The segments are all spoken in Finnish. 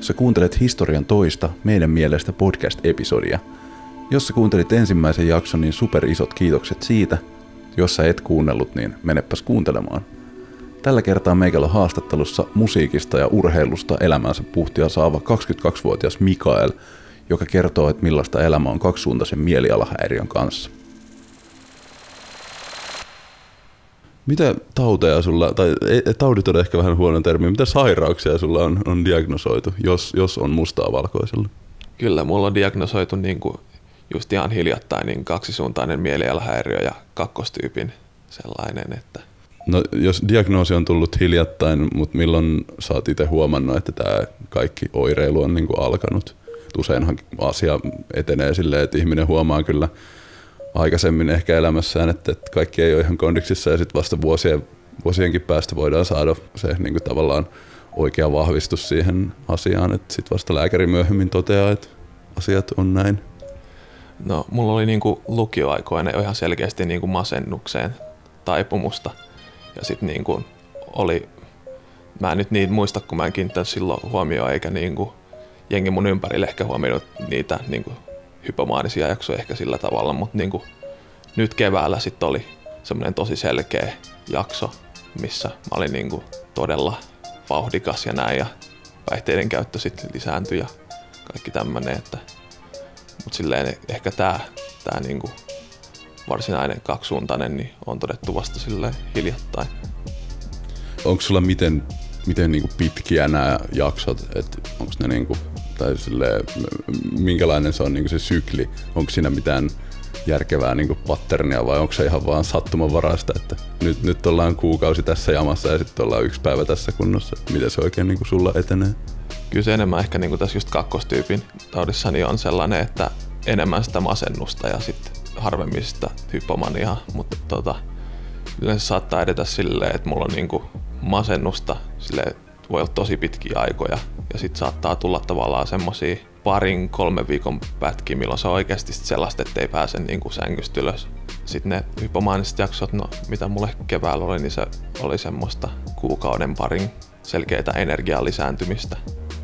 Sä kuuntelet historian toista meidän mielestä podcast-episodia. Jos sä kuuntelit ensimmäisen jakson, niin superisot kiitokset siitä. Jos sä et kuunnellut, niin menepäs kuuntelemaan. Tällä kertaa meikällä haastattelussa musiikista ja urheilusta elämänsä puhtia saava 22-vuotias Mikael, joka kertoo, että millaista elämä on kaksisuuntaisen mielialahäiriön kanssa. Mitä tauteja sulla, tai taudit on ehkä vähän huono termi, mitä sairauksia sulla on diagnosoitu, jos on mustaa valkoisella? Kyllä, mulla on diagnosoitu just ihan hiljattain kaksisuuntainen mielialahäiriö ja kakkostyypin sellainen, että... No jos diagnoosi on tullut hiljattain, mutta milloin sä oot itse huomannut, että tämä kaikki oireilu on alkanut? Useinhan asia etenee silleen, että ihminen huomaa kyllä aikaisemmin ehkä elämässään, että kaikki ei ole ihan kondiksissa ja sitten vasta vuosienkin päästä voidaan saada se tavallaan oikea vahvistus siihen asiaan, että sitten vasta lääkäri myöhemmin toteaa, että asiat on näin. No mulla oli lukioaikoina ihan selkeästi masennukseen taipumusta ja sitten oli, mä en nyt niitä muista, kun mä en kiinnittänyt silloin huomioon eikä jengi mun ympärille ehkä huomioinut niitä hypomaanisia jaksoja ehkä sillä tavalla, mutta nyt keväällä sitten oli semmoinen tosi selkeä jakso, missä mä olin todella vauhdikas ja näin ja päihteiden käyttö sitten lisääntyi ja kaikki tämmönen, mutta silleen ehkä tää varsinainen kaksisuuntainen niin on todettu vasta silleen hiljattain. Onko sulla miten pitkiä nämä jaksot, että onko ne tai silleen, minkälainen se on se sykli? Onko siinä mitään järkevää patternia vai onko se ihan vaan sattumanvaraista, että nyt ollaan kuukausi tässä jamassa ja sitten ollaan yksi päivä tässä kunnossa? Miten se oikein sulla etenee? Kyllä se enemmän ehkä tässä just kakkostyypin taudissa niin on sellainen, että enemmän sitä masennusta ja sitten harvemmin sitä hypomaniaa, mutta yleensä saattaa edetä silleen, että mulla on masennusta silleen, voi olla tosi pitkiä aikoja ja sitten saattaa tulla tavallaan semmosia 2-3 viikon pätkiä, milloin se on oikeasti sellaista, että ei pääse sängystä ylös. Sitten ne hypomaaniset jaksot, mitä mulle keväällä oli, niin se oli semmoista kuukauden parin selkeää energian lisääntymistä.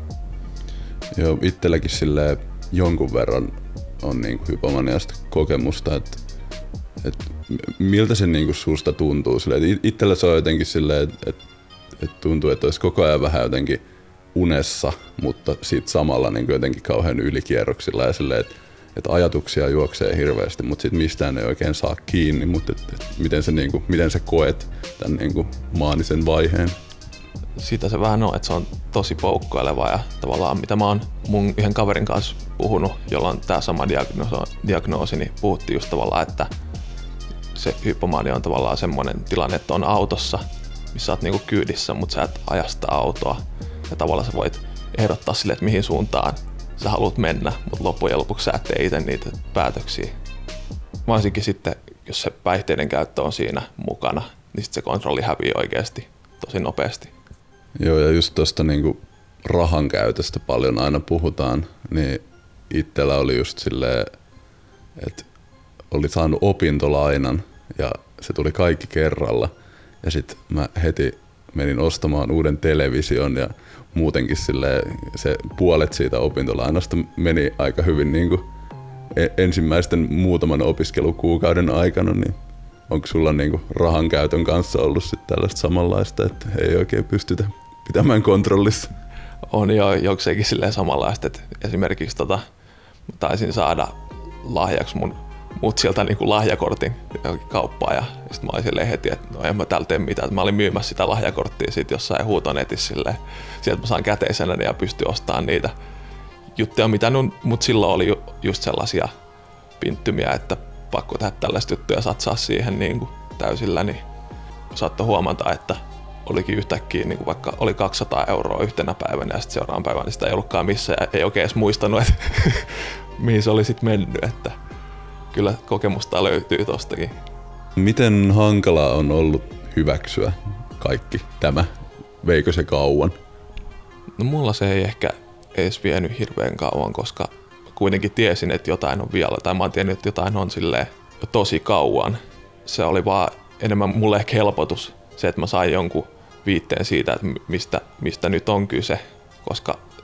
Joo, itselläkin silleen jonkun verran on hypomaniasta kokemusta, että miltä se susta tuntuu. Itsellä se on jotenkin silleen, että tuntuu, että olisi koko ajan vähän jotenkin unessa, mutta siitä samalla jotenkin kauhean ylikierroksilla ja silleen, että ajatuksia juoksee hirveästi, mutta sitten mistään ei oikein saa kiinni, mutta miten sä koet tämän maanisen vaiheen? Siitä se vähän on, että se on tosi poukkoileva ja tavallaan mitä mä oon mun yhden kaverin kanssa puhunut, jolla on tää sama diagnoosi, niin puhuttiin just tavallaan, että se hypomania on tavallaan semmoinen tilanne, että on autossa, missä sä oot kyydissä, mutta sä et aja sitä autoa. Ja tavallaan sä voit ehdottaa sille, että mihin suuntaan sä haluat mennä, mutta loppujen lopuksi sä et tee itse niitä päätöksiä. Varsinkin sitten, jos se päihteiden käyttö on siinä mukana, niin sit se kontrolli häviää oikeasti tosi nopeasti. Joo, ja just tuosta rahan käytöstä paljon aina puhutaan, niin itsellä oli just silleen, että oli saanut opintolainan ja se tuli kaikki kerralla. Ja sitten mä heti menin ostamaan uuden television ja muutenkin silleen, se puolet siitä opintolainasta meni aika hyvin ensimmäisten muutaman opiskelukuukauden aikana, niin onko sulla rahan käytön kanssa ollut sit tällaista samanlaista, että ei oikein pystytä pitämään kontrollissa? On jo jokseenkin silleen samanlaista, että esimerkiksi taisin saada lahjaksi mun sieltä lahjakortin kauppaan ja sitten mä olin silleen heti, että no en mä täällä tee mitään. Mä olin myymässä sitä lahjakorttia sit jossain huutonetissä silleen. Sieltä mä saan käteisenä ja pystyn ostamaan niitä juttuja, mitä mut silloin oli just sellaisia pinttymiä, että pakko tehdä tällaista juttuja ja satsaa siihen täysillä, niin saattoi huomata, että olikin yhtäkkiä vaikka oli 200 € yhtenä päivänä ja sitten seuraavan päivänä sitä ei ollutkaan missään ja ei oikein edes muistanut, että mihin se oli sitten mennyt, että kyllä kokemusta löytyy tostakin. Miten hankalaa on ollut hyväksyä kaikki tämä? Veikö se kauan? No mulla se ei ehkä edes vienyt hirveän kauan, koska kuitenkin tiesin, että jotain on vielä, tai mä oon tiennyt, että jotain on silleen jo tosi kauan. Se oli vaan enemmän mulle ehkä helpotus, se, että mä sain jonkun viitteen siitä, että mistä nyt on kyse, koska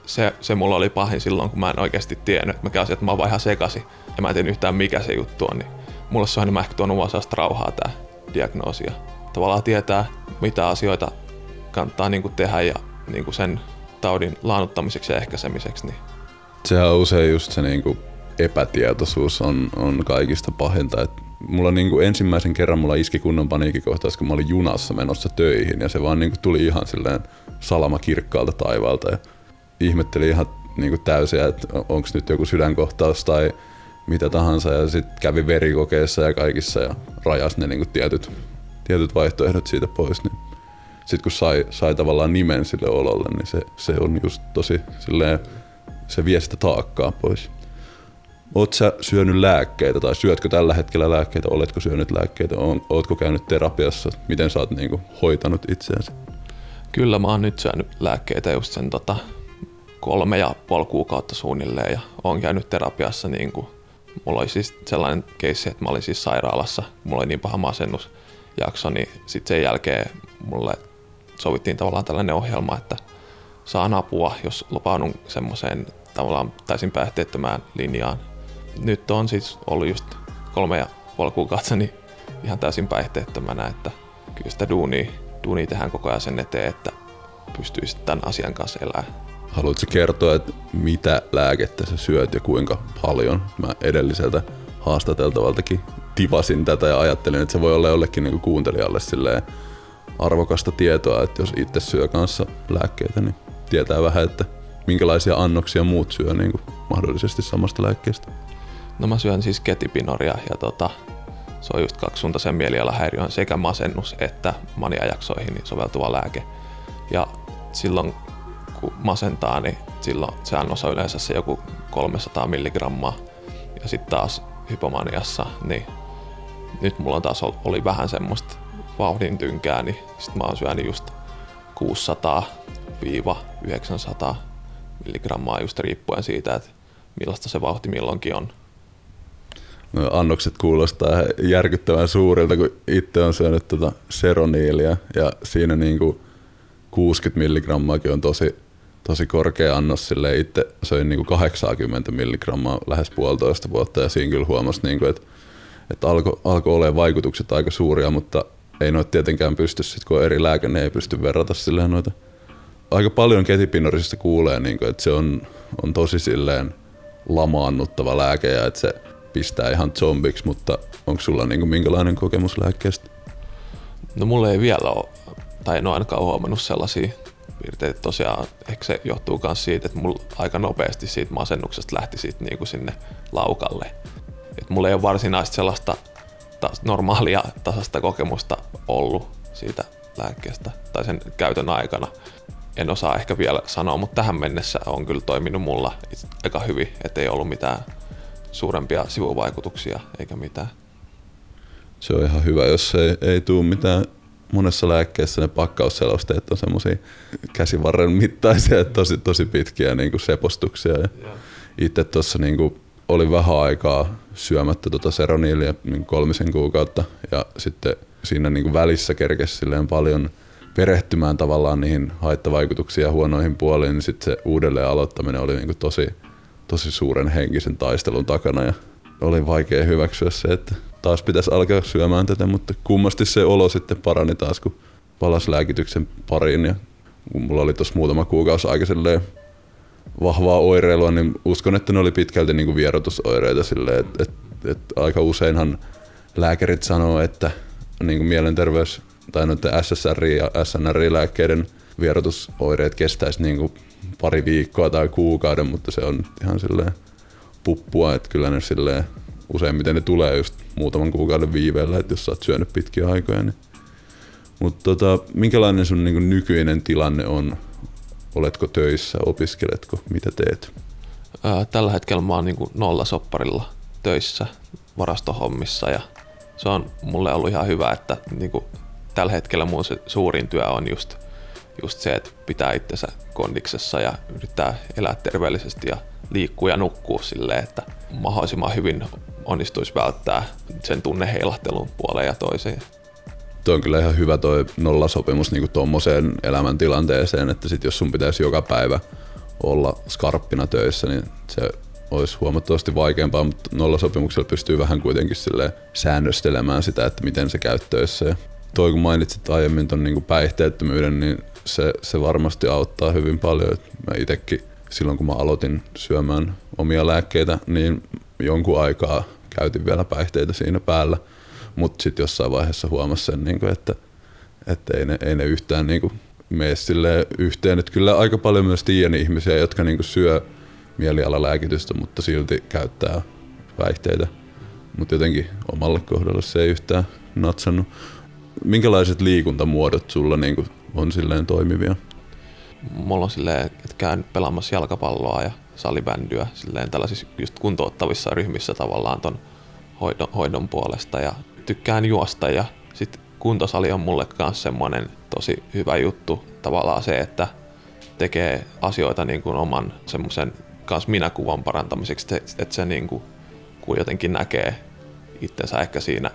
se mulla oli pahin silloin, kun mä en oikeasti tiennyt. Mä käsin, että mä oon vaan ihan sekaisin ja mä en tiedä yhtään mikä se juttu on. Niin mulle se on enemmän ehkä tuonut vaan sellaista rauhaa tää diagnoosi. Ja tavallaan tietää, mitä asioita kannattaa niinku tehdä ja niinku sen taudin laannuttamiseksi ja ehkäisemiseksi. Niin. Sehän on usein just se niinku epätietoisuus on kaikista pahinta. Et mulla niinku ensimmäisen kerran mulla iski kunnon paniikkikohtaus, kun mä olin junassa menossa töihin ja se vaan niinku tuli ihan silleen salama kirkkaalta taivaalta ja ihmettelin ihan niinku täysin, että onko nyt joku sydänkohtaus tai mitä tahansa ja sitten kävi verikokeessa ja kaikissa ja rajasi ne niinku tietyt vaihtoehdot siitä pois. Niin sitten kun sai tavallaan nimen sille ololle, niin se on just tosi silleen, se vie sitä taakkaa pois. Oot sä syönyt lääkkeitä tai syötkö tällä hetkellä lääkkeitä? Oletko syönyt lääkkeitä? Ootko käynyt terapiassa? Miten sä oot niinku hoitanut itseäsi? Kyllä mä oon nyt syönyt lääkkeitä just sen 3,5 kuukautta suunnilleen ja oon käynyt terapiassa. Niinku, mulla oli siis sellainen keissi, että mä olin siis sairaalassa. Mulla oli niin paha masennusjakso, niin sit sen jälkeen mulle sovittiin tavallaan tällainen ohjelma, että saan apua, jos lupaudun semmoiseen tavallaan täysin päihteettömään linjaan. Nyt on siis ollut just 3,5 kuukautta niin ihan täysin päihteettömänä, että kyllä sitä duunia tehdään koko ajan sen eteen, että pystyisi tämän asian kanssa elämään. Haluatko kertoa, että mitä lääkettä sä syöt ja kuinka paljon? Mä edelliseltä haastateltavaltakin tivasin tätä ja ajattelin, että se voi olla jollekin niin kuin kuuntelijalle silleen arvokasta tietoa, että jos itse syö kanssa lääkkeitä, niin tietää vähän, että minkälaisia annoksia muut syö niin kuin mahdollisesti samasta lääkkeestä. No mä syön siis ketipinoria ja se on just kaksisuuntaisen mielialahäiriön sekä masennus- että maniajaksoihin soveltuva lääke. Ja silloin kun masentaa, niin silloin se annos on yleensä se joku 300 milligrammaa. Ja sitten taas hypomaniassa, niin nyt mulla taas oli vähän semmoista vauhdin tynkää, niin sit mä oon syönyt just 600-900 milligrammaa just riippuen siitä, että millaista se vauhti milloinkin on. No, annokset kuulostaa järkyttävän suurilta, kun itse on syönyt seroniilia ja siinä niinku 60 milligrammaakin on tosi korkea annos. Silleen itse söin niinku 80 milligrammaa lähes 1,5 vuotta ja siinä kyllä huomasi, niinku, että alkoi olemaan vaikutukset aika suuria, mutta ei noita tietenkään pysty, sit kun on eri lääke, niin ei pysty verrata silleen noita. Aika paljon ketipinorisista kuulee, niinku, että se on tosi silleen lamaannuttava lääke ja että se pistää ihan zombiksi, mutta onko sulla niinku minkälainen kokemus lääkkeestä? No mulla ei vielä ole, tai en ole ainakaan huomannut sellaisia piirteitä. Tosiaan ehkä se johtuu myös siitä, että mulla aika nopeasti siitä masennuksesta lähti siitä niinku sinne laukalle. Et mulla ei ole varsinaisesti sellaista normaalia tasaista kokemusta ollut siitä lääkkeestä tai sen käytön aikana. En osaa ehkä vielä sanoa, mutta tähän mennessä on kyllä toiminut mulla aika hyvin, ettei ollut mitään suurempia sivuvaikutuksia eikä mitään. Se on ihan hyvä, jos ei tule mitään. Monessa lääkkeessä ne pakkausselosteet on semmoisia käsivarren mittaisia, tosi pitkiä niin kuin sepostuksia. Ja itse tuossa niin olin vähän aikaa syömättä seroniilia niin 3 kuukautta ja sitten siinä niin kuin välissä kerkesi silleen paljon perehtymään tavallaan niihin haittavaikutuksiin ja huonoihin puoliin, niin sitten se uudelleen aloittaminen oli niin kuin tosi suuren henkisen taistelun takana ja oli vaikea hyväksyä se, että taas pitäisi alkaa syömään tätä, mutta kummasti se olo sitten parani taas, kun palasi lääkityksen pariin ja kun mulla oli tuossa muutama kuukausi aika vahvaa oireilua, niin uskon, että ne oli pitkälti niin kuin vierotusoireita silleen, että aika useinhan lääkärit sanoo, että niin kuin mielenterveys tai noiden SSRI ja SNRI-lääkkeiden vierotusoireet kestäisi niin kuin pari viikkoa tai kuukauden, mutta se on ihan silleen puppua, että kyllä ne silleen useimmiten ne tulee just muutaman kuukauden viiveellä, että jos sä oot syönyt pitkiä aikoja. Niin. Mutta minkälainen sun niin kuin nykyinen tilanne on? Oletko töissä, opiskeletko, mitä teet? Tällä hetkellä mä oon niin kuin nollasopparilla töissä varastohommissa ja se on mulle ollut ihan hyvä, että niin kuin tällä hetkellä mun se suurin työ on just se, että pitää itsensä kondiksessa ja yrittää elää terveellisesti ja liikkuu ja nukkuu silleen, että mahdollisimman hyvin onnistuisi välttää sen tunneheilahtelun puoleen ja toiseen. Tuo on kyllä ihan hyvä toi nollasopimus niin tommoseen elämäntilanteeseen, että sit jos sun pitäisi joka päivä olla skarppina töissä, niin se olisi huomattavasti vaikeampaa, mutta nollasopimuksella pystyy vähän kuitenkin säännöstelemään sitä, että miten se käy töissä. Ja toi kun mainitsit aiemmin ton niin päihteettömyyden, niin se varmasti auttaa hyvin paljon. Mä itsekin silloin kun mä aloitin syömään omia lääkkeitä, niin jonkun aikaa käytin vielä päihteitä siinä päällä, mutta sitten jossain vaiheessa huomasin sen, että ei ne yhtään mene yhteen. Et kyllä aika paljon myös tiedän ihmisiä, jotka syö mielialalääkitystä, mutta silti käyttää päihteitä. Mutta jotenkin omalle kohdalle se ei yhtään natsannut. Minkälaiset liikuntamuodot sulla on silleen toimivia? Mulla on silleen, että käyn pelaamassa jalkapalloa ja salibändyä silleen tällaisissa just kuntouttavissa ryhmissä tavallaan ton hoidon puolesta ja tykkään juosta ja sit kuntosali on mulle kans semmonen tosi hyvä juttu. Tavallaan se, että tekee asioita oman semmoisen kans minäkuvan parantamiseksi, että se kun jotenkin näkee itsensä ehkä siinä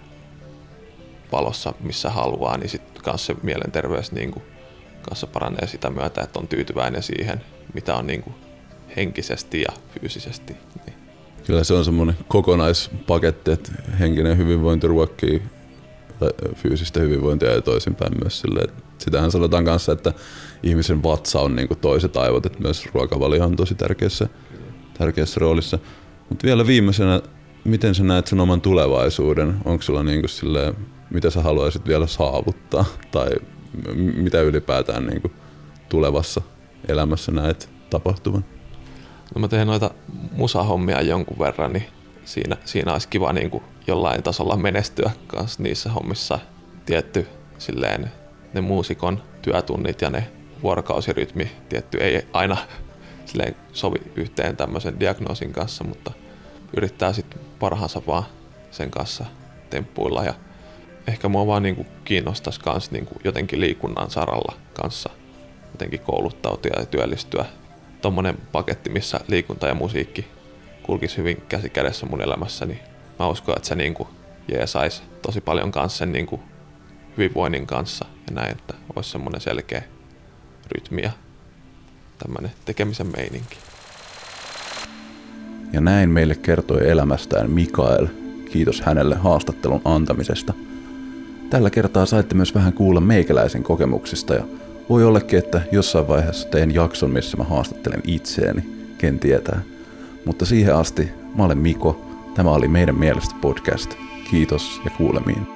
valossa, missä haluaa, niin sitten kans se mielenterveys kanssa paranee sitä myötä, että on tyytyväinen siihen, mitä on henkisesti ja fyysisesti. Niin. Kyllä se on semmoinen kokonaispaketti, että henkinen hyvinvointi ruokkii fyysistä hyvinvointia ja toisinpäin myös silleen. Sitähän sanotaan kanssa, että ihmisen vatsa on toiset aivot, että myös ruokavalio on tosi tärkeässä roolissa. Mutta vielä viimeisenä, miten sä näet sun oman tulevaisuuden? Onko sulla silleen, mitä sä haluaisit vielä saavuttaa tai mitä ylipäätään tulevassa elämässä näet tapahtuvan? No mä teen noita musahommia jonkun verran, niin siinä olisi kiva jollain tasolla menestyä kanssa niissä hommissa. Tietty silleen ne muusikon työtunnit ja ne vuorokausirytmi tietty ei aina silleen sovi yhteen tämmöisen diagnoosin kanssa, mutta yrittää sitten parhaansa vaan sen kanssa temppuilla ja ehkä mua vaan kiinnostaisi kans jotenkin liikunnan saralla kanssa jotenkin kouluttautua ja työllistyä. Tommonen paketti, missä liikunta ja musiikki kulkisi hyvin käsi kädessä mun elämässä, niin mä uskon, että se jeesaisi tosi paljon kanssa sen hyvinvoinnin kanssa ja näin, että olisi semmoinen selkeä rytmi ja tämmöinen tekemisen meininki. Ja näin meille kertoi elämästään Mikael. Kiitos hänelle haastattelun antamisesta. Tällä kertaa saitte myös vähän kuulla meikäläisen kokemuksista ja voi ollakin, että jossain vaiheessa teen jakson, missä mä haastattelen itseäni, ken tietää. Mutta siihen asti mä olen Miko, tämä oli Meidän mielestä podcast. Kiitos ja kuulemiin.